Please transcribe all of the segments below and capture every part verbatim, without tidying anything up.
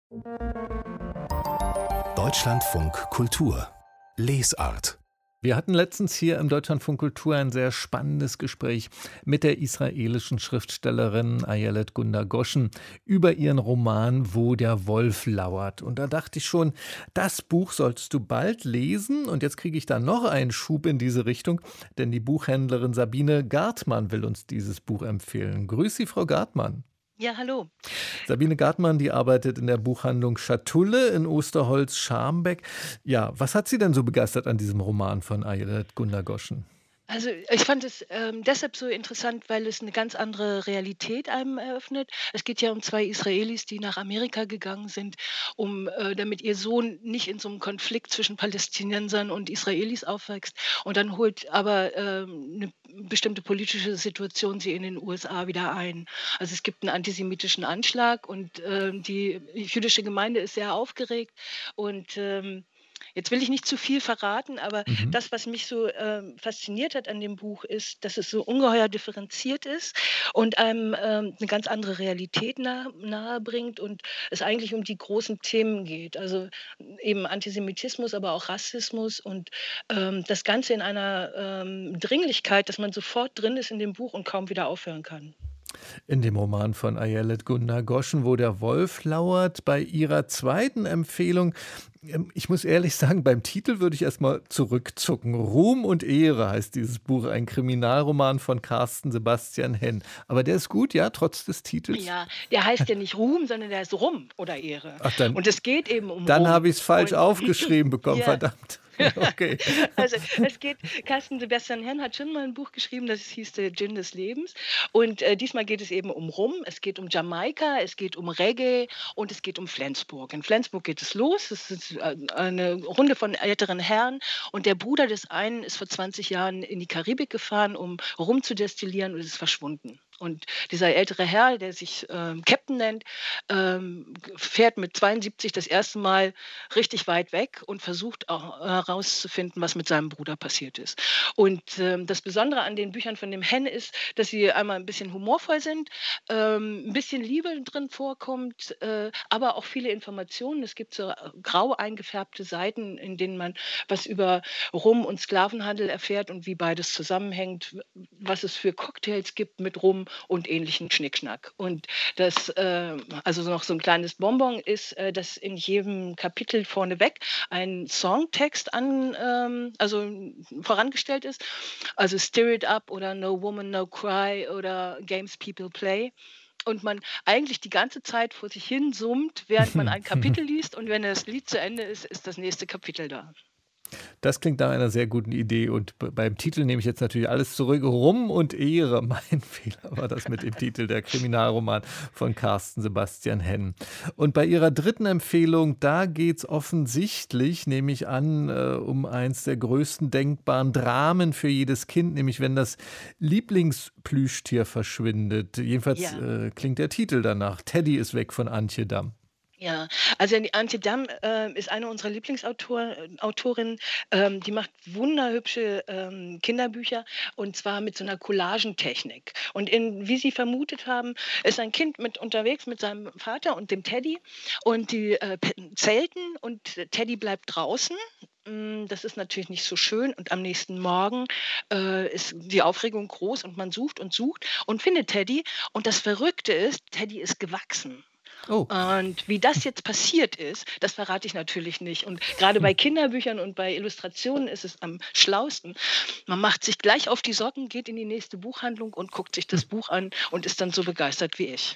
Deutschlandfunk Kultur Lesart. Wir hatten letztens hier im Deutschlandfunk Kultur ein sehr spannendes Gespräch mit der israelischen Schriftstellerin Ayelet Gunda Goshen über ihren Roman Wo der Wolf lauert. Und da dachte ich schon, das Buch solltest du bald lesen. Und jetzt kriege ich da noch einen Schub in diese Richtung, denn die Buchhändlerin Sabine Gartmann will uns dieses Buch empfehlen. Grüß Sie, Frau Gartmann. Ja, hallo. Sabine Gartmann, die arbeitet in der Buchhandlung Schatulle in Osterholz-Scharmbeck. Ja, was hat Sie denn so begeistert an diesem Roman von Ayelet Gunda Goshen? Also ich fand es ähm, deshalb so interessant, weil es eine ganz andere Realität einem eröffnet. Es geht ja um zwei Israelis, die nach Amerika gegangen sind, um äh, damit ihr Sohn nicht in so einem Konflikt zwischen Palästinensern und Israelis aufwächst. Und dann holt aber ähm, 'ne bestimmte politische Situation sie in den U S A wieder ein. Also es gibt einen antisemitischen Anschlag und ähm, die jüdische Gemeinde ist sehr aufgeregt und ähm, jetzt will ich nicht zu viel verraten, aber Mhm. das, was mich so ähm, fasziniert hat an dem Buch, ist, dass es so ungeheuer differenziert ist und einem ähm, eine ganz andere Realität nah, nahe bringt und es eigentlich um die großen Themen geht. Also eben Antisemitismus, aber auch Rassismus und ähm, das Ganze in einer ähm, Dringlichkeit, dass man sofort drin ist in dem Buch und kaum wieder aufhören kann. In dem Roman von Ayelet Gunda Goshen, Wo der Wolf lauert, bei ihrer zweiten Empfehlung, ähm, ich muss ehrlich sagen, beim Titel würde ich erstmal zurückzucken. Ruhm und Ehre heißt dieses Buch, ein Kriminalroman von Carsten Sebastian Henn. Aber der ist gut, ja, trotz des Titels? Ja, der heißt ja nicht Ruhm, sondern der ist Rumm oder Ehre. Ach, dann, Und es geht eben um dann Ruhm. habe ich es falsch Und aufgeschrieben bekommen, ja. verdammt. Okay. Also es geht, Carsten Sebastian Henn hat schon mal ein Buch geschrieben, das hieß der Gin des Lebens. Und äh, diesmal geht es eben um Rum, es geht um Jamaika, es geht um Reggae und es geht um Flensburg. In Flensburg geht es los, es ist äh, eine Runde von älteren Herren und der Bruder des einen ist vor zwanzig Jahren in die Karibik gefahren, um Rum zu destillieren und ist verschwunden. Und dieser ältere Herr, der sich ähm, Captain nennt, ähm, fährt mit zweiundsiebzig das erste Mal richtig weit weg und versucht auch herauszufinden, was mit seinem Bruder passiert ist. Und ähm, das Besondere an den Büchern von dem Henn ist, dass sie einmal ein bisschen humorvoll sind, ähm, ein bisschen Liebe drin vorkommt, äh, aber auch viele Informationen. Es gibt so äh, grau eingefärbte Seiten, in denen man was über Rum und Sklavenhandel erfährt und wie beides zusammenhängt, was es für Cocktails gibt mit Rum und ähnlichen Schnickschnack. Und das, äh, also noch so ein kleines Bonbon ist, äh, dass in jedem Kapitel vorneweg ein Songtext an, ähm, also vorangestellt ist. Also Stir It Up oder No Woman, No Cry oder Games People Play. Und man eigentlich die ganze Zeit vor sich hin summt, während man ein Kapitel liest. Und wenn das Lied zu Ende ist, ist das nächste Kapitel da. Das klingt nach einer sehr guten Idee und b beim Titel nehme ich jetzt natürlich alles zurück. Ruhm und Ehre, mein Fehler war das mit dem Titel, der Kriminalroman von Carsten Sebastian Henn. Und bei Ihrer dritten Empfehlung, da geht's offensichtlich, nehme ich an, äh, um eins der größten denkbaren Dramen für jedes Kind, nämlich wenn das Lieblingsplüschtier verschwindet. Jedenfalls Ja. äh, klingt der Titel danach. Teddy ist weg von Antje Damm. Ja, also die Antje Damm äh, ist eine unserer Lieblingsautorinnen. Autorinnen. Ähm, die macht wunderhübsche ähm, Kinderbücher und zwar mit so einer Collagentechnik. Und in, wie Sie vermutet haben, ist ein Kind mit unterwegs mit seinem Vater und dem Teddy und die äh, pe- zelten und Teddy bleibt draußen. Mm, Das ist natürlich nicht so schön und am nächsten Morgen äh, ist die Aufregung groß und man sucht und sucht und findet Teddy. Und das Verrückte ist, Teddy ist gewachsen. Oh. Und wie das jetzt passiert ist, das verrate ich natürlich nicht. Und gerade bei Kinderbüchern und bei Illustrationen ist es am schlausten. Man macht sich gleich auf die Socken, geht in die nächste Buchhandlung und guckt sich das Buch an und ist dann so begeistert wie ich.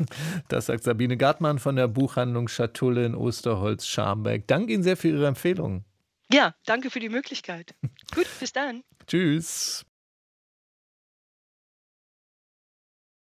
Das sagt Sabine Gartmann von der Buchhandlung Schatulle in Osterholz-Scharmbeck. Danke Ihnen sehr für Ihre Empfehlung. Ja, danke für die Möglichkeit. Gut, bis dann. Tschüss.